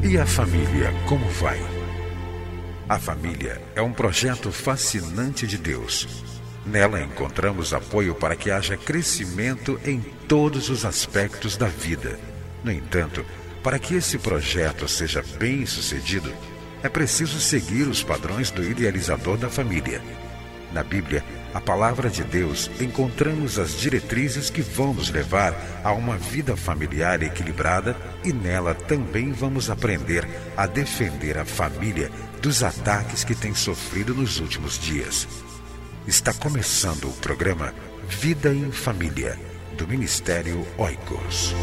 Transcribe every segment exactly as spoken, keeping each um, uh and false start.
E a família, como vai? A família é um projeto fascinante de Deus. Nela encontramos apoio para que haja crescimento em todos os aspectos da vida. No entanto, para que esse projeto seja bem-sucedido, é preciso seguir os padrões do idealizador da família. Na Bíblia, a palavra de Deus, encontramos as diretrizes que vão nos levar a uma vida familiar equilibrada e nela também vamos aprender a defender a família dos ataques que tem sofrido nos últimos dias. Está começando o programa Vida em Família, do Ministério Oikos.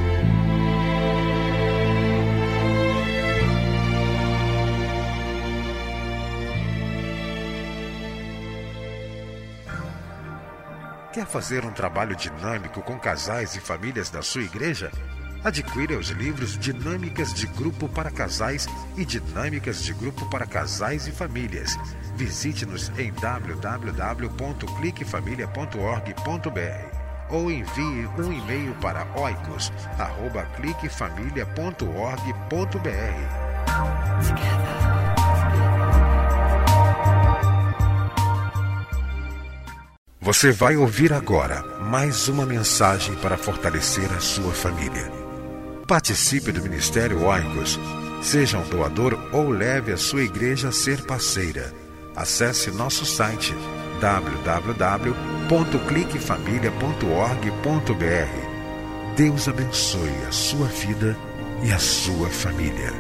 Quer fazer um trabalho dinâmico com casais e famílias da sua igreja? Adquira os livros Dinâmicas de Grupo para Casais e Dinâmicas de Grupo para Casais e Famílias. Visite-nos em w w w ponto clique família ponto org ponto b r ou envie um e-mail para oikos arroba clique família ponto org ponto b r. Você vai ouvir agora mais uma mensagem para fortalecer a sua família. Participe do Ministério Oikos, seja um doador ou leve a sua igreja a ser parceira. Acesse nosso site w w w ponto clique família ponto org ponto b r. Deus abençoe a sua vida e a sua família.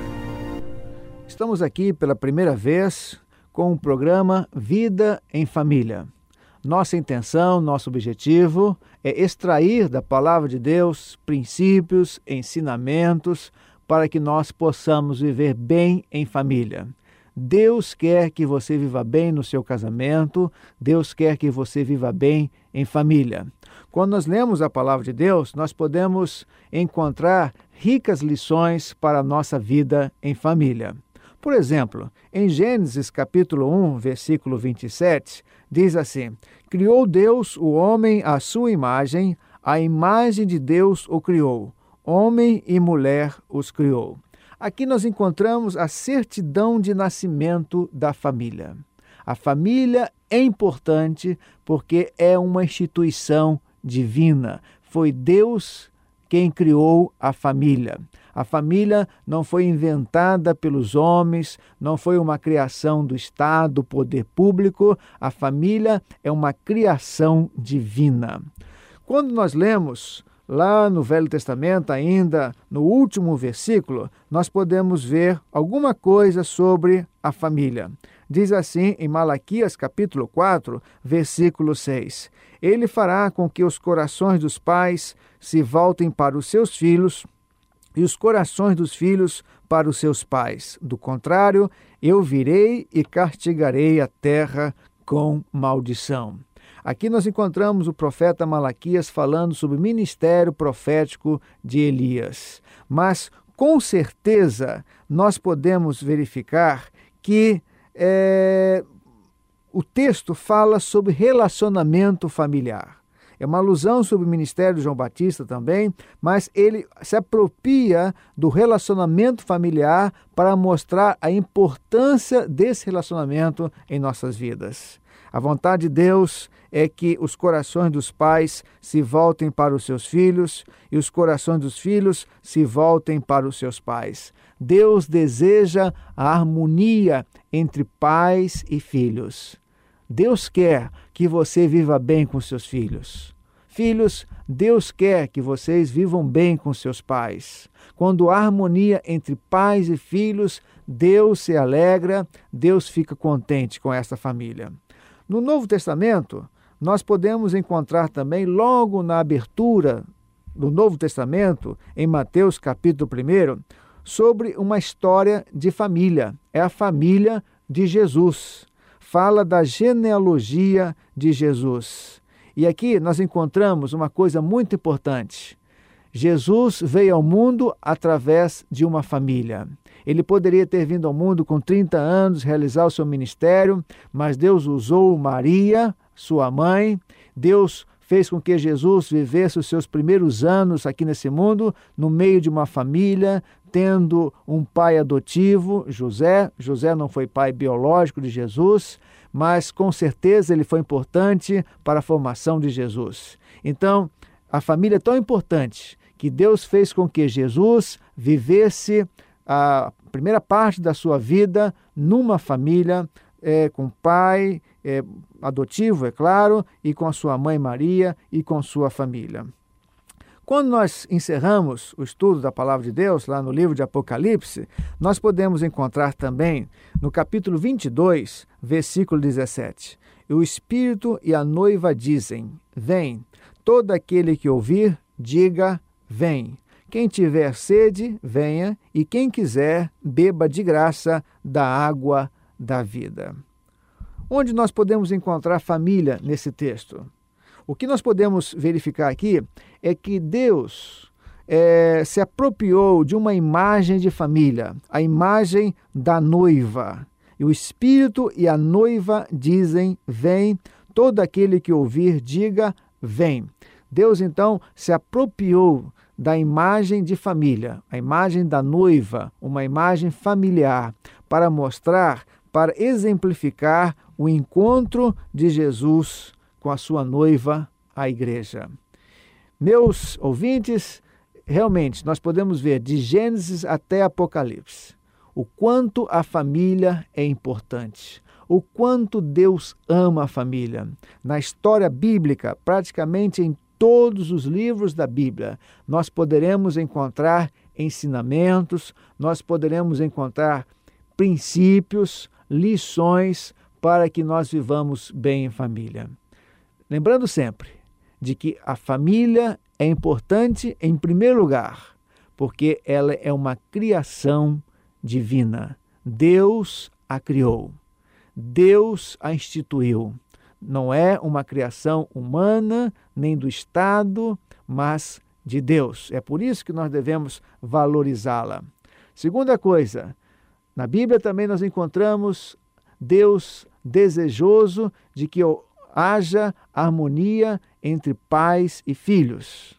Estamos aqui pela primeira vez com o programa Vida em Família. Nossa intenção, nosso objetivo é extrair da Palavra de Deus princípios, ensinamentos, para que nós possamos viver bem em família. Deus quer que você viva bem no seu casamento, Deus quer que você viva bem em família. Quando nós lemos a Palavra de Deus, nós podemos encontrar ricas lições para a nossa vida em família. Por exemplo, em Gênesis capítulo um, versículo vinte e sete, diz assim: criou Deus o homem à sua imagem, a imagem de Deus o criou, homem e mulher os criou. Aqui nós encontramos a certidão de nascimento da família. A família é importante porque é uma instituição divina. Foi Deus quem criou a família. A família não foi inventada pelos homens, não foi uma criação do Estado, do poder público. A família é uma criação divina. Quando nós lemos lá no Velho Testamento, ainda no último versículo, nós podemos ver alguma coisa sobre a família. Diz assim em Malaquias capítulo quatro, versículo seis: Ele fará com que os corações dos pais se voltem para os seus filhos e os corações dos filhos para os seus pais. Do contrário, eu virei e castigarei a terra com maldição. Aqui nós encontramos o profeta Malaquias falando sobre o ministério profético de Elias. Mas, com certeza, nós podemos verificar que é, o texto fala sobre relacionamento familiar. É uma alusão sobre o ministério de João Batista também, mas ele se apropria do relacionamento familiar para mostrar a importância desse relacionamento em nossas vidas. A vontade de Deus é que os corações dos pais se voltem para os seus filhos e os corações dos filhos se voltem para os seus pais. Deus deseja a harmonia entre pais e filhos. Deus quer que você viva bem com seus filhos. Filhos, Deus quer que vocês vivam bem com seus pais. Quando há harmonia entre pais e filhos, Deus se alegra, Deus fica contente com essa família. No Novo Testamento, nós podemos encontrar também, logo na abertura do Novo Testamento, em Mateus capítulo um, sobre uma história de família. É a família de Jesus. Fala da genealogia de Jesus. E aqui nós encontramos uma coisa muito importante. Jesus veio ao mundo através de uma família. Ele poderia ter vindo ao mundo com trinta anos, realizar o seu ministério, mas Deus usou Maria, sua mãe. Deus fez com que Jesus vivesse os seus primeiros anos aqui nesse mundo, no meio de uma família, tendo um pai adotivo, José. José não foi pai biológico de Jesus, mas com certeza ele foi importante para a formação de Jesus. Então, a família é tão importante que Deus fez com que Jesus vivesse a primeira parte da sua vida numa família, é, com pai é, adotivo, é claro, e com a sua mãe Maria e com sua família. Quando nós encerramos o estudo da Palavra de Deus, lá no livro de Apocalipse, nós podemos encontrar também, no capítulo vinte e dois, versículo dezessete, o Espírito e a noiva dizem, vem, todo aquele que ouvir, diga, vem. Quem tiver sede, venha, e quem quiser, beba de graça da água da vida. Onde nós podemos encontrar família nesse texto? O que nós podemos verificar aqui é que Deus é, se apropriou de uma imagem de família, a imagem da noiva. E o Espírito e a noiva dizem, vem, todo aquele que ouvir, diga, vem. Deus, então, se apropriou da imagem de família, a imagem da noiva, uma imagem familiar, para mostrar, para exemplificar o encontro de Jesus com a sua noiva, a igreja. Meus ouvintes, realmente nós podemos ver de Gênesis até Apocalipse o quanto a família é importante, o quanto Deus ama a família. Na história bíblica, praticamente em todos os livros da Bíblia, nós poderemos encontrar ensinamentos, nós poderemos encontrar princípios, lições para que nós vivamos bem em família. Lembrando sempre de que a família é importante em primeiro lugar, porque ela é uma criação divina. Deus a criou, Deus a instituiu. Não é uma criação humana, nem do Estado, mas de Deus. É por isso que nós devemos valorizá-la. Segunda coisa, na Bíblia também nós encontramos Deus desejoso de que haja harmonia entre pais e filhos.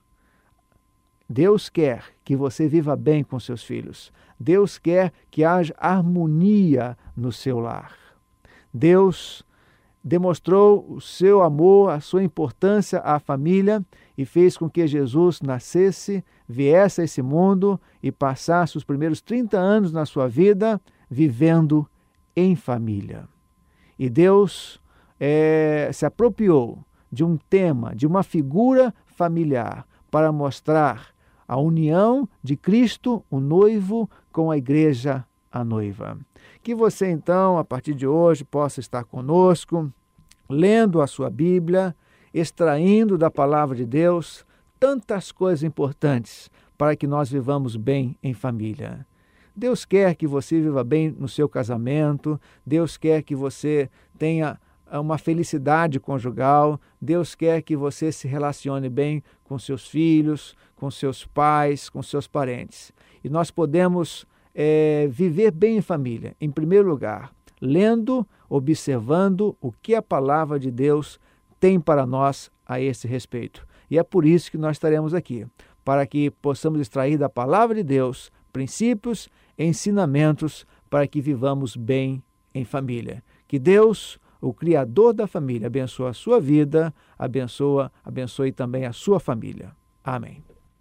Deus quer que você viva bem com seus filhos. Deus quer que haja harmonia no seu lar. Deus demonstrou o seu amor, a sua importância à família e fez com que Jesus nascesse, viesse a esse mundo e passasse os primeiros trinta anos na sua vida vivendo em família. E Deus é, se apropriou de um tema, de uma figura familiar, para mostrar a união de Cristo, o noivo, com a igreja, a noiva. Que você, então, a partir de hoje, possa estar conosco, lendo a sua Bíblia, extraindo da palavra de Deus tantas coisas importantes para que nós vivamos bem em família. Deus quer que você viva bem no seu casamento, Deus quer que você tenha uma felicidade conjugal, Deus quer que você se relacione bem com seus filhos, com seus pais, com seus parentes. E nós podemos é, viver bem em família, em primeiro lugar, lendo, observando o que a palavra de Deus tem para nós a esse respeito. E é por isso que nós estaremos aqui, para que possamos extrair da palavra de Deus princípios, ensinamentos para que vivamos bem em família. Que Deus, o Criador da família, abençoe a sua vida, abençoe, abençoe também a sua família. Amém.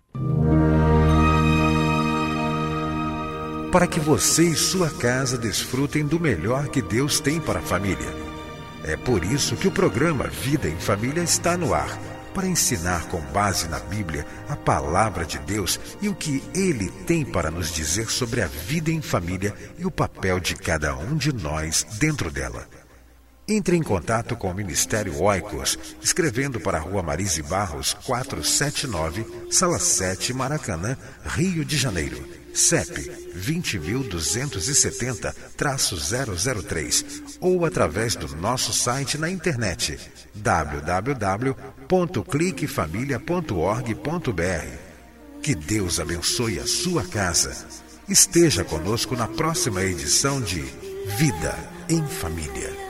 Para que você e sua casa desfrutem do melhor que Deus tem para a família. É por isso que o programa Vida em Família está no ar, para ensinar com base na Bíblia a palavra de Deus e o que Ele tem para nos dizer sobre a vida em família e o papel de cada um de nós dentro dela. Entre em contato com o Ministério Oikos, escrevendo para a Rua Marise Barros, quatrocentos e setenta e nove, Sala sete, Maracanã, Rio de Janeiro. C E P vinte mil duzentos e setenta, zero zero três ou através do nosso site na internet w w w ponto clique família ponto org ponto b r. Que Deus abençoe a sua casa. Esteja conosco na próxima edição de Vida em Família.